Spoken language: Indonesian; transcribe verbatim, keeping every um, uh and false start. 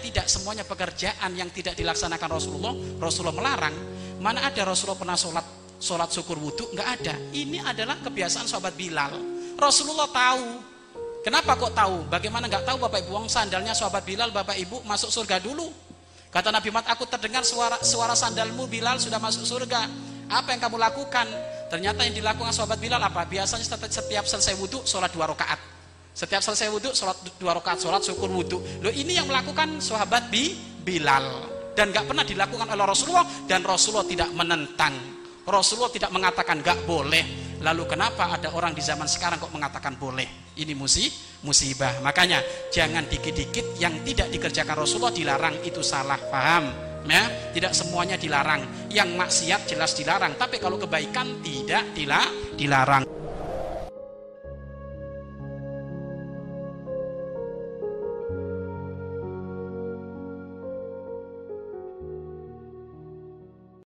tidak semuanya pekerjaan yang tidak dilaksanakan Rasulullah Rasulullah melarang. Mana ada Rasulullah pernah sholat sholat syukur wudhu? Nggak ada. Ini adalah kebiasaan sahabat Bilal. Rasulullah tahu. Kenapa kok tahu? Bagaimana nggak tahu Bapak Ibu? Wong sandalnya sahabat Bilal, Bapak Ibu masuk surga dulu. Kata Nabi Muhammad, aku terdengar suara suara sandalmu Bilal sudah masuk surga. Apa yang kamu lakukan? Ternyata yang dilakukan sahabat Bilal apa? Biasanya setiap selesai wudhu sholat dua rakaat. Setiap selesai wudhu sholat dua rakaat, sholat syukur wudhu. Loh, ini yang melakukan sahabat Bi Bilal dan nggak pernah dilakukan oleh Rasulullah, dan Rasulullah tidak menentang. Rasulullah tidak mengatakan nggak boleh. Lalu kenapa ada orang di zaman sekarang kok mengatakan boleh? Ini musi, musibah. Makanya jangan dikit-dikit yang tidak dikerjakan Rasulullah dilarang, itu salah paham. Ya, tidak semuanya dilarang. Yang maksiat jelas dilarang, tapi kalau kebaikan tidak dilarang.